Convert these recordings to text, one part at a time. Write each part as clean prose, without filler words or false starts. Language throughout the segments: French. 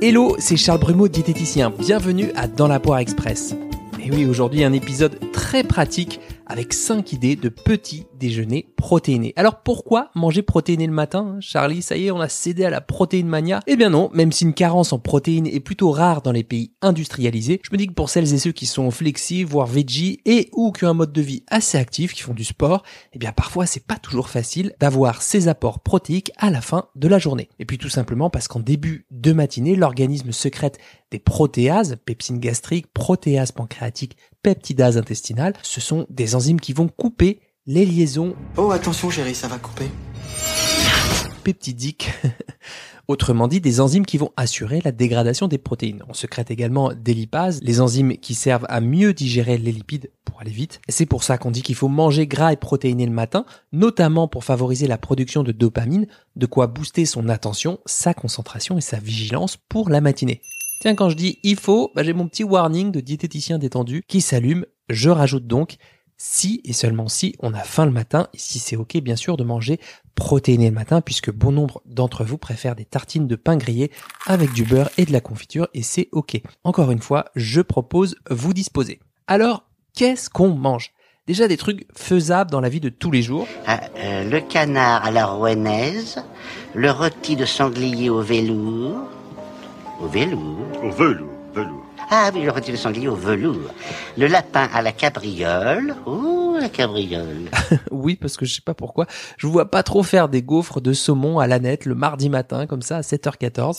Hello, c'est Charles Brumeau, diététicien. Bienvenue à Dans la Poire Express. Et oui, aujourd'hui un épisode très pratique avec 5 idées de petits déjeuners protéinés. Alors pourquoi manger protéiné le matin, Charlie? Ça y est, on a cédé à la protéine mania? Eh bien non, même si une carence en protéines est plutôt rare dans les pays industrialisés, je me dis que pour celles et ceux qui sont flexi, voire veggie et ou qui ont un mode de vie assez actif, qui font du sport, eh bien parfois c'est pas toujours facile d'avoir ces apports protéiques à la fin de la journée. Et puis tout simplement parce qu'en début de matinée, l'organisme sécrète des protéases, pepsine gastrique, protéase pancréatique, peptidase intestinale. Ce sont des enzymes qui vont couper les liaisons. Oh attention chérie, ça va couper. Peptidiques. Autrement dit, des enzymes qui vont assurer la dégradation des protéines. On sécrète également des lipases, les enzymes qui servent à mieux digérer les lipides pour aller vite. C'est pour ça qu'on dit qu'il faut manger gras et protéiné le matin, notamment pour favoriser la production de dopamine, de quoi booster son attention, sa concentration et sa vigilance pour la matinée. Tiens, quand je dis il faut, j'ai mon petit warning de diététicien détendu qui s'allume. Je rajoute donc si et seulement si on a faim le matin et si c'est ok bien sûr de manger protéiné le matin puisque bon nombre d'entre vous préfèrent des tartines de pain grillé avec du beurre et de la confiture et c'est ok. Encore une fois, je propose vous disposer. Alors, qu'est-ce qu'on mange ? Déjà des trucs faisables dans la vie de tous les jours. Le canard à la rouennaise, le rôti de sanglier au velours. Au velours. Au velours, velours. Ah oui, le rôti de sanglier au velours. Le lapin à la cabriole. Oh, la cabriole. Oui, parce que je sais pas pourquoi, je vous vois pas trop faire des gaufres de saumon à l'ânette le mardi matin, comme ça, à 7h14.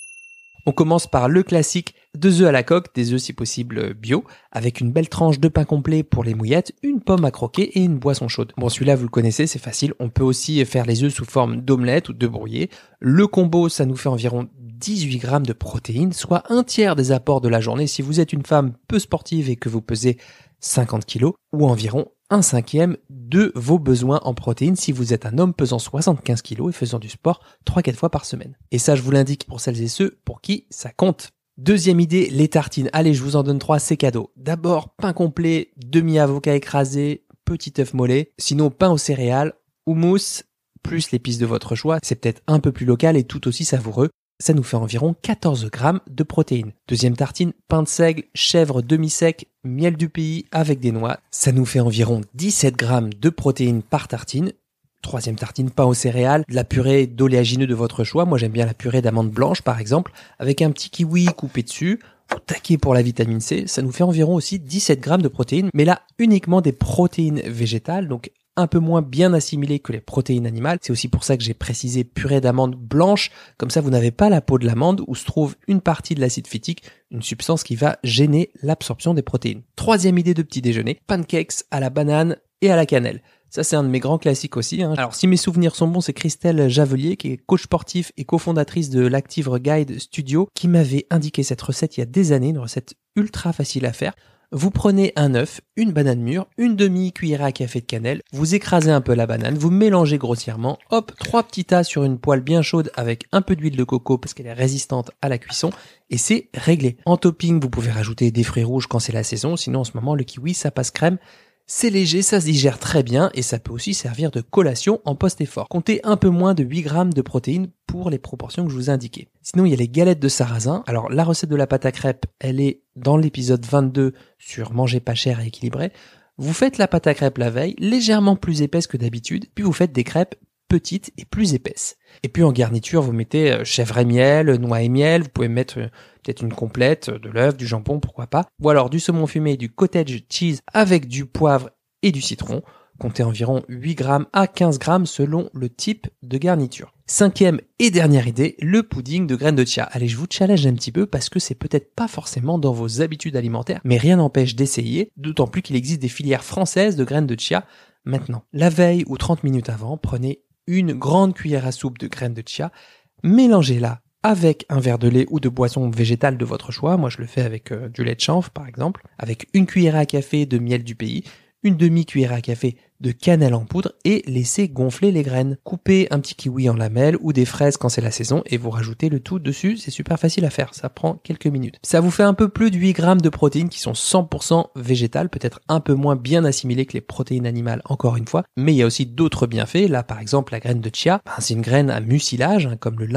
On commence par le classique 2 œufs à la coque, des œufs si possible bio, avec une belle tranche de pain complet pour les mouillettes, une pomme à croquer et une boisson chaude. Bon, celui-là, vous le connaissez, c'est facile. On peut aussi faire les œufs sous forme d'omelette ou de brouillé. Le combo, ça nous fait environ 18 grammes de protéines, soit un tiers des apports de la journée si vous êtes une femme peu sportive et que vous pesez 50 kilos, ou environ 1/5 de vos besoins en protéines si vous êtes un homme pesant 75 kilos et faisant du sport 3-4 fois par semaine. Et ça, je vous l'indique pour celles et ceux pour qui ça compte. Deuxième idée, les tartines. Allez, je vous en donne 3, c'est cadeau. D'abord, pain complet, demi-avocat écrasé, petit œuf mollet. Sinon, pain aux céréales, houmous, plus l'épice de votre choix. C'est peut-être un peu plus local et tout aussi savoureux. Ça nous fait environ 14 grammes de protéines. Deuxième tartine, pain de seigle, chèvre demi-sec, miel du pays avec des noix. Ça nous fait environ 17 grammes de protéines par tartine. Troisième tartine, pain aux céréales, de la purée d'oléagineux de votre choix. Moi, j'aime bien la purée d'amandes blanches, par exemple, avec un petit kiwi coupé dessus. Au taquet pour la vitamine C, ça nous fait environ aussi 17 grammes de protéines. Mais là, uniquement des protéines végétales, donc un peu moins bien assimilées que les protéines animales. C'est aussi pour ça que j'ai précisé purée d'amandes blanches. Comme ça, vous n'avez pas la peau de l'amande où se trouve une partie de l'acide phytique, une substance qui va gêner l'absorption des protéines. Troisième idée de petit déjeuner, pancakes à la banane et à la cannelle. Ça, c'est un de mes grands classiques aussi. Alors, si mes souvenirs sont bons, c'est Christelle Javelier, qui est coach sportif et cofondatrice de l'Active Guide Studio, qui m'avait indiqué cette recette il y a des années, une recette ultra facile à faire. Vous prenez un œuf, une banane mûre, une demi-cuillère à café de cannelle, vous écrasez un peu la banane, vous mélangez grossièrement, hop, 3 petits tas sur une poêle bien chaude avec un peu d'huile de coco parce qu'elle est résistante à la cuisson et c'est réglé. En topping, vous pouvez rajouter des fruits rouges quand c'est la saison, sinon en ce moment le kiwi ça passe crème. C'est léger, ça se digère très bien et ça peut aussi servir de collation en post-effort. Comptez un peu moins de 8 grammes de protéines pour les proportions que je vous ai indiquées. Sinon, il y a les galettes de sarrasin. Alors, la recette de la pâte à crêpes, elle est dans l'épisode 22 sur manger pas cher et équilibré. Vous faites la pâte à crêpes la veille, légèrement plus épaisse que d'habitude, puis vous faites des crêpes petites et plus épaisses. Et puis en garniture, vous mettez chèvre et miel, noix et miel, vous pouvez mettre peut-être une complète, de l'œuf, du jambon, pourquoi pas. Ou alors du saumon fumé, du cottage cheese avec du poivre et du citron. Comptez environ 8 grammes à 15 grammes selon le type de garniture. Cinquième et dernière idée, le pudding de graines de chia. Allez, je vous challenge un petit peu parce que c'est peut-être pas forcément dans vos habitudes alimentaires, mais rien n'empêche d'essayer, d'autant plus qu'il existe des filières françaises de graines de chia maintenant. La veille ou 30 minutes avant, prenez une grande cuillère à soupe de graines de chia, mélangez-la avec un verre de lait ou de boisson végétale de votre choix. Moi, je le fais avec du lait de chanvre, par exemple, avec une cuillère à café de miel du pays, une demi-cuillère à café de cannelle en poudre et laissez gonfler les graines. Coupez un petit kiwi en lamelles ou des fraises quand c'est la saison et vous rajoutez le tout dessus. C'est super facile à faire, ça prend quelques minutes. Ça vous fait un peu plus de 8 grammes de protéines qui sont 100% végétales, peut-être un peu moins bien assimilées que les protéines animales encore une fois, mais il y a aussi d'autres bienfaits. Là par exemple la graine de chia, c'est une graine à mucilage comme le lin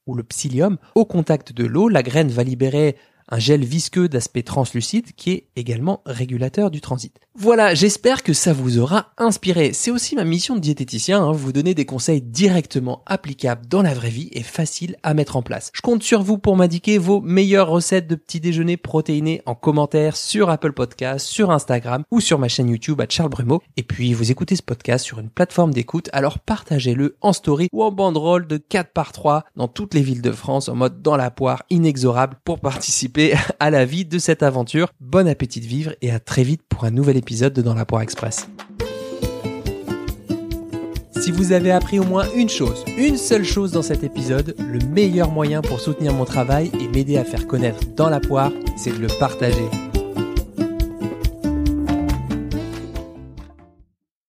ou le psyllium. Au contact de l'eau, la graine va libérer un gel visqueux d'aspect translucide qui est également régulateur du transit. Voilà, j'espère que ça vous aura inspiré. C'est aussi ma mission de diététicien, vous donner des conseils directement applicables dans la vraie vie et faciles à mettre en place. Je compte sur vous pour m'indiquer vos meilleures recettes de petit déjeuner protéiné en commentaire sur Apple Podcasts, sur Instagram ou sur ma chaîne YouTube à Charles Brumeau. Et puis vous écoutez ce podcast sur une plateforme d'écoute, alors partagez-le en story ou en banderole de 4x3 dans toutes les villes de France en mode dans la poire inexorable pour participer à la vie de cette aventure. Bon appétit de vivre et à très vite pour un nouvel épisode de Dans la Poire Express. Si vous avez appris au moins une seule chose dans cet épisode, le meilleur moyen pour soutenir mon travail et m'aider à faire connaître Dans la Poire, c'est de le partager.